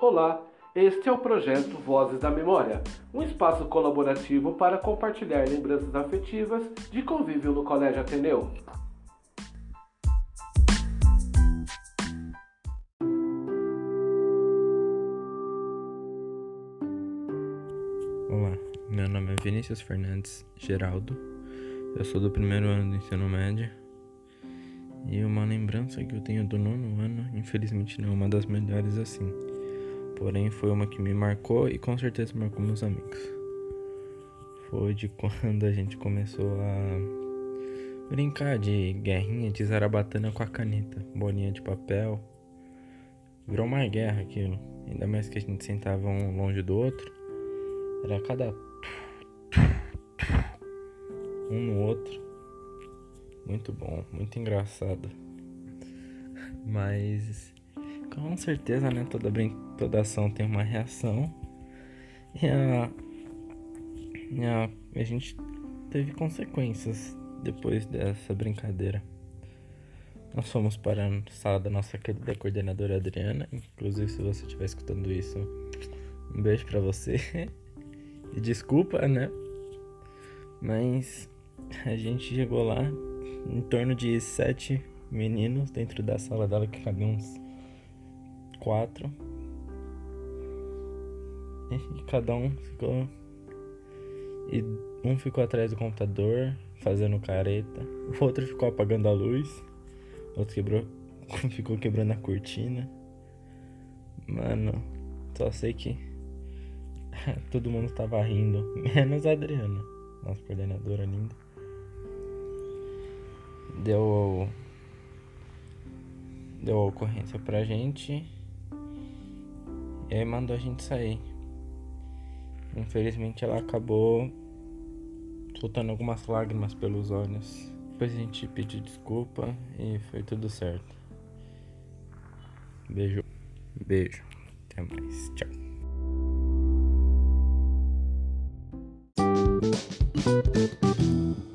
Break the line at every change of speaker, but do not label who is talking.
Olá, este é o projeto Vozes da Memória, um espaço colaborativo para compartilhar lembranças afetivas de convívio no Colégio Ateneu.
Olá, meu nome é Vinícius Fernandes Geraldo, eu sou do primeiro ano do ensino médio e uma lembrança que eu tenho do nono ano, infelizmente não é uma das melhores assim, porém foi uma que me marcou e com certeza marcou meus amigos. Foi de quando a gente começou a brincar de guerrinha de zarabatana com a caneta, bolinha de papel. Virou uma guerra aquilo, ainda mais que a gente sentava um longe do outro, era cada um no outro. Muito bom, muito engraçado. Mas com certeza, né? Toda ação tem uma reação. E a gente teve consequências depois dessa brincadeira. Nós fomos para a sala da nossa querida coordenadora Adriana. Inclusive, se você estiver escutando isso, um beijo pra você. E desculpa, né? Mas a gente chegou lá, em torno de 7 meninos dentro da sala dela, que cabiam uns 4. E cada um ficou... E um ficou atrás do computador, fazendo careta. O outro ficou apagando a luz. O outro ficou quebrando a cortina. Mano, só sei que todo mundo tava rindo, menos a Adriana, nossa coordenadora linda. Deu a ocorrência pra gente e aí mandou a gente sair. Infelizmente ela acabou soltando algumas lágrimas pelos olhos. Depois a gente pediu desculpa e foi tudo certo. Beijo. Até mais. Tchau.